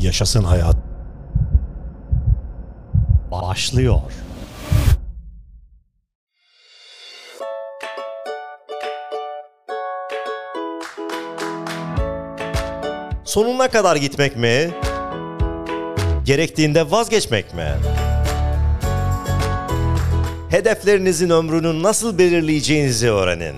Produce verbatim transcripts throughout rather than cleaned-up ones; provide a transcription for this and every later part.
Yaşasın hayat. Başlıyor. Sonuna kadar gitmek mi? Gerektiğinde vazgeçmek mi? Hedeflerinizin ömrünü nasıl belirleyeceğinizi öğrenin.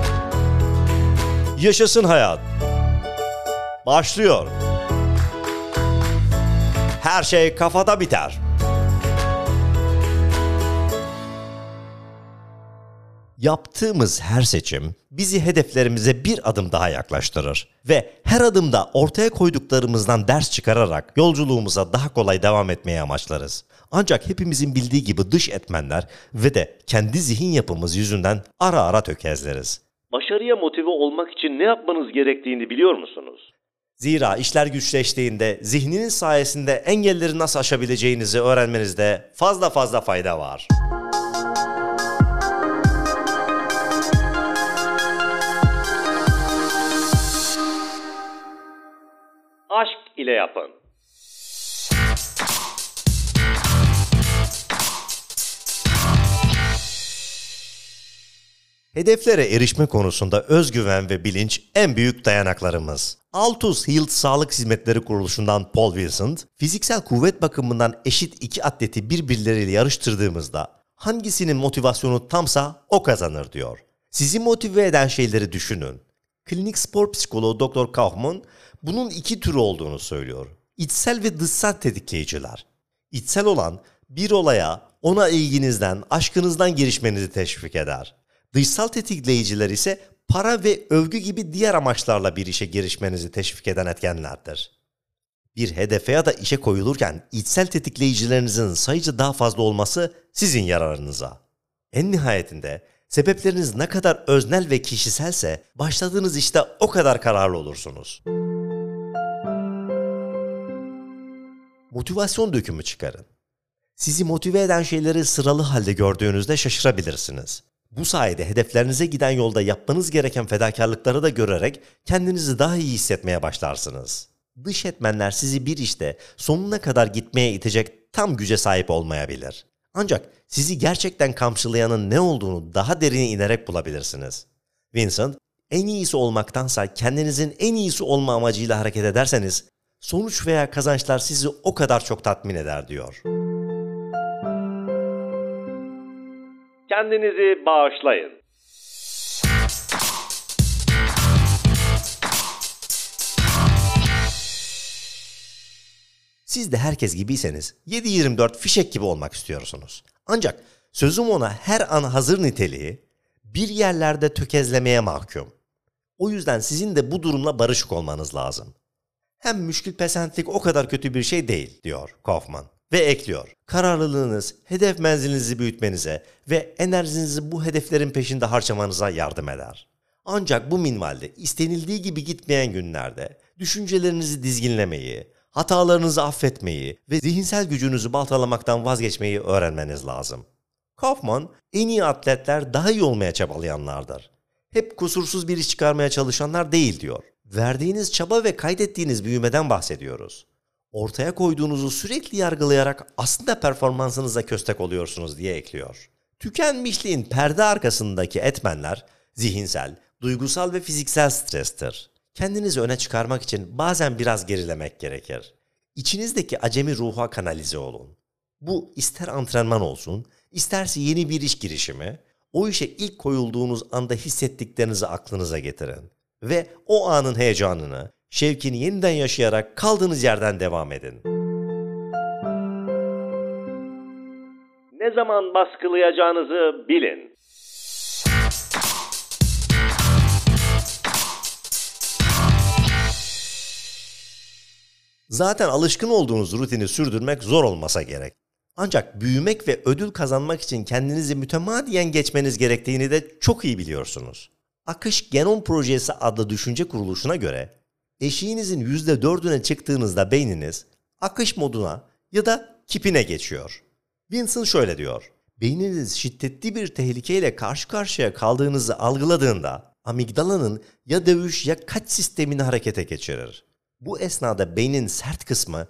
Yaşasın hayat. Başlıyor. Her şey kafada biter. Yaptığımız her seçim bizi hedeflerimize bir adım daha yaklaştırır ve her adımda ortaya koyduklarımızdan ders çıkararak yolculuğumuza daha kolay devam etmeyi amaçlarız. Ancak hepimizin bildiği gibi dış etmenler ve de kendi zihin yapımız yüzünden ara ara tökezleriz. Başarıya motive olmak için ne yapmanız gerektiğini biliyor musunuz? Zira işler güçleştiğinde zihniniz sayesinde engelleri nasıl aşabileceğinizi öğrenmenizde fazla fazla fayda var. Aşk ile yapın. Hedeflere erişme konusunda özgüven ve bilinç en büyük dayanaklarımız. Altus Health Sağlık Hizmetleri Kuruluşu'ndan Paul Vincent, fiziksel kuvvet bakımından eşit iki atleti birbirleriyle yarıştırdığımızda hangisinin motivasyonu tamsa o kazanır diyor. Sizi motive eden şeyleri düşünün. Klinik spor psikoloğu doktor Kaufman bunun iki türü olduğunu söylüyor. İçsel ve dışsal tetikleyiciler. İçsel olan bir olaya, ona ilginizden, aşkınızdan girişmenizi teşvik eder. Dışsal tetikleyiciler ise para ve övgü gibi diğer amaçlarla bir işe girişmenizi teşvik eden etkenlerdir. Bir hedefe ya da işe koyulurken içsel tetikleyicilerinizin sayıca daha fazla olması sizin yararınıza. En nihayetinde sebepleriniz ne kadar öznel ve kişiselse başladığınız işte o kadar kararlı olursunuz. Motivasyon dökümü çıkarın. Sizi motive eden şeyleri sıralı halde gördüğünüzde şaşırabilirsiniz. Bu sayede hedeflerinize giden yolda yapmanız gereken fedakarlıkları da görerek kendinizi daha iyi hissetmeye başlarsınız. Dış etmenler sizi bir işte sonuna kadar gitmeye itecek tam güce sahip olmayabilir. Ancak sizi gerçekten kamçılayanın ne olduğunu daha derine inerek bulabilirsiniz. Vincent, en iyisi olmaktansa kendinizin en iyisi olma amacıyla hareket ederseniz, sonuç veya kazançlar sizi o kadar çok tatmin eder diyor. Kendinizi bağışlayın. Siz de herkes gibiyseniz yedi yirmi dört fişek gibi olmak istiyorsunuz. Ancak sözüm ona her an hazır niteliği bir yerlerde tökezlemeye mahkum. O yüzden sizin de bu durumla barışık olmanız lazım. Hem müşkülpesentlik o kadar kötü bir şey değil diyor Kaufman. Ve ekliyor, kararlılığınız hedef menzilinizi büyütmenize ve enerjinizi bu hedeflerin peşinde harcamanıza yardım eder. Ancak bu minvalde istenildiği gibi gitmeyen günlerde düşüncelerinizi dizginlemeyi, hatalarınızı affetmeyi ve zihinsel gücünüzü baltalamaktan vazgeçmeyi öğrenmeniz lazım. Kaufman, en iyi atletler daha iyi olmaya çabalayanlardır. Hep kusursuz bir iş çıkarmaya çalışanlar değil diyor. Verdiğiniz çaba ve kaydettiğiniz büyümeden bahsediyoruz. Ortaya koyduğunuzu sürekli yargılayarak aslında performansınıza köstek oluyorsunuz diye ekliyor. Tükenmişliğin perde arkasındaki etmenler zihinsel, duygusal ve fiziksel strestir. Kendinizi öne çıkarmak için bazen biraz gerilemek gerekir. İçinizdeki acemi ruha kanalize olun. Bu ister antrenman olsun, isterse yeni bir iş girişimi, o işe ilk koyulduğunuz anda hissettiklerinizi aklınıza getirin. Ve o anın heyecanını, şevkini yeniden yaşayarak kaldığınız yerden devam edin. Ne zaman baskılayacağınızı bilin. Zaten alışkın olduğunuz rutini sürdürmek zor olmasa gerek. Ancak büyümek ve ödül kazanmak için kendinizi mütemadiyen geçmeniz gerektiğini de çok iyi biliyorsunuz. Akış Genom Projesi adlı düşünce kuruluşuna göre, eşiğinizin yüzde dördüne çıktığınızda beyniniz akış moduna ya da kipine geçiyor. Vincent şöyle diyor, beyniniz şiddetli bir tehlikeyle karşı karşıya kaldığınızı algıladığında amigdalanın ya dövüş ya kaç sistemini harekete geçirir. Bu esnada beynin sert kısmı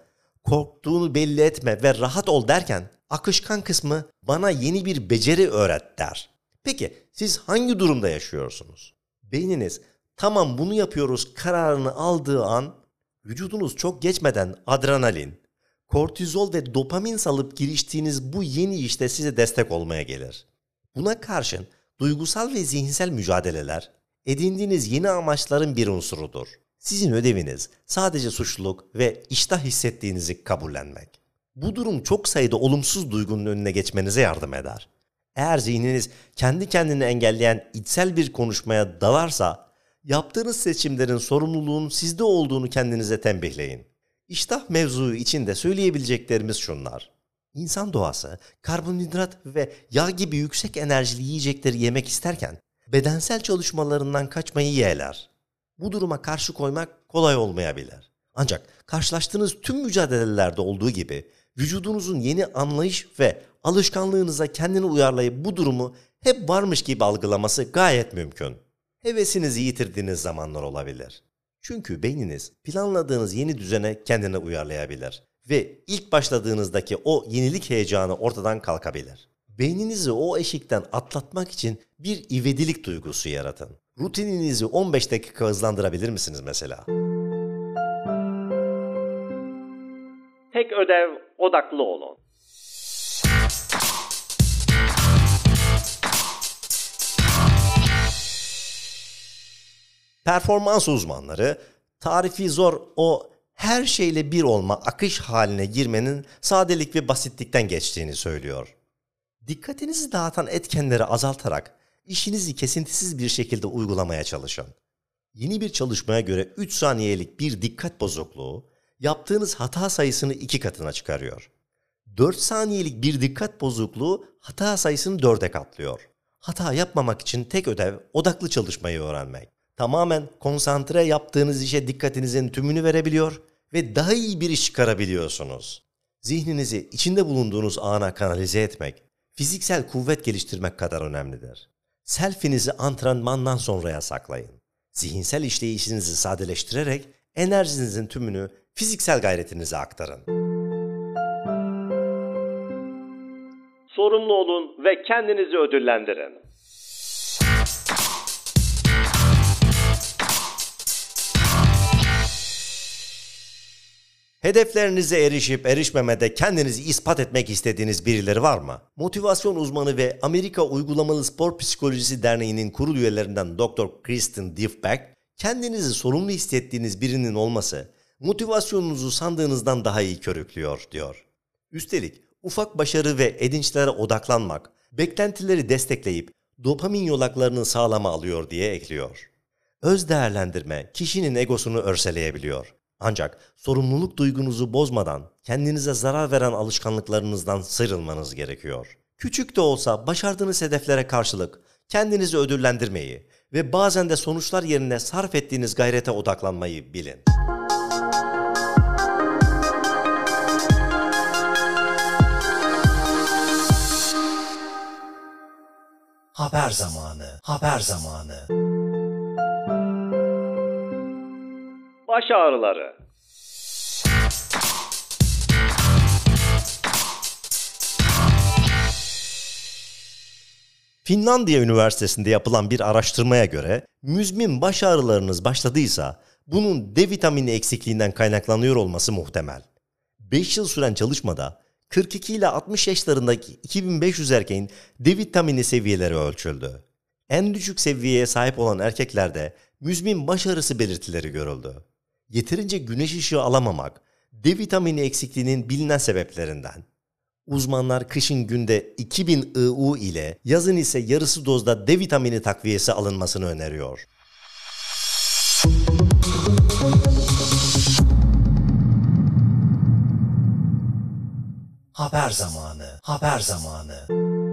Korktuğunu belli etme ve rahat ol derken akışkan kısmı bana yeni bir beceri öğret der. Peki siz hangi durumda yaşıyorsunuz? Beyniniz tamam bunu yapıyoruz kararını aldığı an vücudunuz çok geçmeden adrenalin, kortizol ve dopamin salıp giriştiğiniz bu yeni işte size destek olmaya gelir. Buna karşın duygusal ve zihinsel mücadeleler edindiğiniz yeni amaçların bir unsurudur. Sizin ödeviniz sadece suçluluk ve iştah hissettiğinizi kabullenmek. Bu durum çok sayıda olumsuz duygunun önüne geçmenize yardım eder. Eğer zihniniz kendi kendini engelleyen içsel bir konuşmaya dalarsa, yaptığınız seçimlerin sorumluluğun sizde olduğunu kendinize tembihleyin. İştah mevzuu için de söyleyebileceklerimiz şunlar. İnsan doğası, karbonhidrat ve yağ gibi yüksek enerjili yiyecekleri yemek isterken, bedensel çalışmalarından kaçmayı yeğler. Bu duruma karşı koymak kolay olmayabilir. Ancak karşılaştığınız tüm mücadelelerde olduğu gibi vücudunuzun yeni anlayış ve alışkanlığınıza kendini uyarlayıp bu durumu hep varmış gibi algılaması gayet mümkün. Hevesinizi yitirdiğiniz zamanlar olabilir. Çünkü beyniniz planladığınız yeni düzene kendini uyarlayabilir ve ilk başladığınızdaki o yenilik heyecanı ortadan kalkabilir. Beyninizi o eşikten atlatmak için bir ivedilik duygusu yaratın. Rutininizi on beş dakika hızlandırabilir misiniz mesela? Tek ödev odaklı olun. Performans uzmanları tarifi zor o her şeyle bir olma akış haline girmenin sadelik ve basitlikten geçtiğini söylüyor. Dikkatinizi dağıtan etkenleri azaltarak işinizi kesintisiz bir şekilde uygulamaya çalışın. Yeni bir çalışmaya göre üç saniyelik bir dikkat bozukluğu yaptığınız hata sayısını iki katına çıkarıyor. dört saniyelik bir dikkat bozukluğu hata sayısını dörde katlıyor. Hata yapmamak için tek ödev odaklı çalışmayı öğrenmek. Tamamen konsantre yaptığınız işe dikkatinizin tümünü verebiliyor ve daha iyi bir iş çıkarabiliyorsunuz. Zihninizi içinde bulunduğunuz ana kanalize etmek, fiziksel kuvvet geliştirmek kadar önemlidir. Selfinizi antrenmandan sonraya saklayın. Zihinsel işleyişinizi sadeleştirerek enerjinizin tümünü fiziksel gayretinize aktarın. Sorumlu olun ve kendinizi ödüllendirin. Hedeflerinize erişip erişmemede kendinizi ispat etmek istediğiniz birileri var mı? Motivasyon uzmanı ve Amerika Uygulamalı Spor Psikolojisi Derneği'nin kurul üyelerinden doktor Kristen Diffbeck, kendinizi sorumlu hissettiğiniz birinin olması, motivasyonunuzu sandığınızdan daha iyi körüklüyor, diyor. Üstelik ufak başarı ve edinçlere odaklanmak, beklentileri destekleyip dopamin yolaklarını sağlama alıyor diye ekliyor. Öz değerlendirme kişinin egosunu örseleyebiliyor. Ancak sorumluluk duygunuzu bozmadan kendinize zarar veren alışkanlıklarınızdan sıyrılmanız gerekiyor. Küçük de olsa başardığınız hedeflere karşılık kendinizi ödüllendirmeyi ve bazen de sonuçlar yerine sarf ettiğiniz gayrete odaklanmayı bilin. Haber zamanı, haber zamanı. Baş ağrıları. Finlandiya Üniversitesi'nde yapılan bir araştırmaya göre müzmin baş ağrılarınız başladıysa bunun D vitamini eksikliğinden kaynaklanıyor olması muhtemel. beş yıl süren çalışmada kırk iki ile altmış yaşlarındaki iki bin beş yüz erkeğin D vitamini seviyeleri ölçüldü. En düşük seviyeye sahip olan erkeklerde müzmin baş ağrısı belirtileri görüldü. Yeterince güneş ışığı alamamak, D vitamini eksikliğinin bilinen sebeplerinden. Uzmanlar kışın günde iki bin I U ile yazın ise yarısı dozda D vitamini takviyesi alınmasını öneriyor. Haber zamanı, haber zamanı.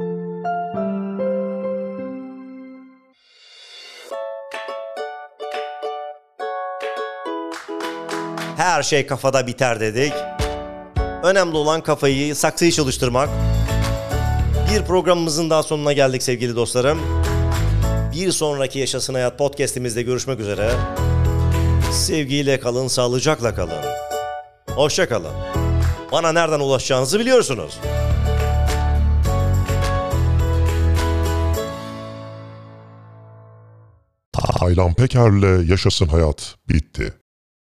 Her şey kafada biter dedik. Önemli olan kafayı, saksıyı çalıştırmak. Bir programımızın daha sonuna geldik sevgili dostlarım. Bir sonraki Yaşasın Hayat podcastimizde görüşmek üzere. Sevgiyle kalın, sağlıcakla kalın. Hoşça kalın. Bana nereden ulaşacağınızı biliyorsunuz. Taylan Peker'le Yaşasın Hayat bitti.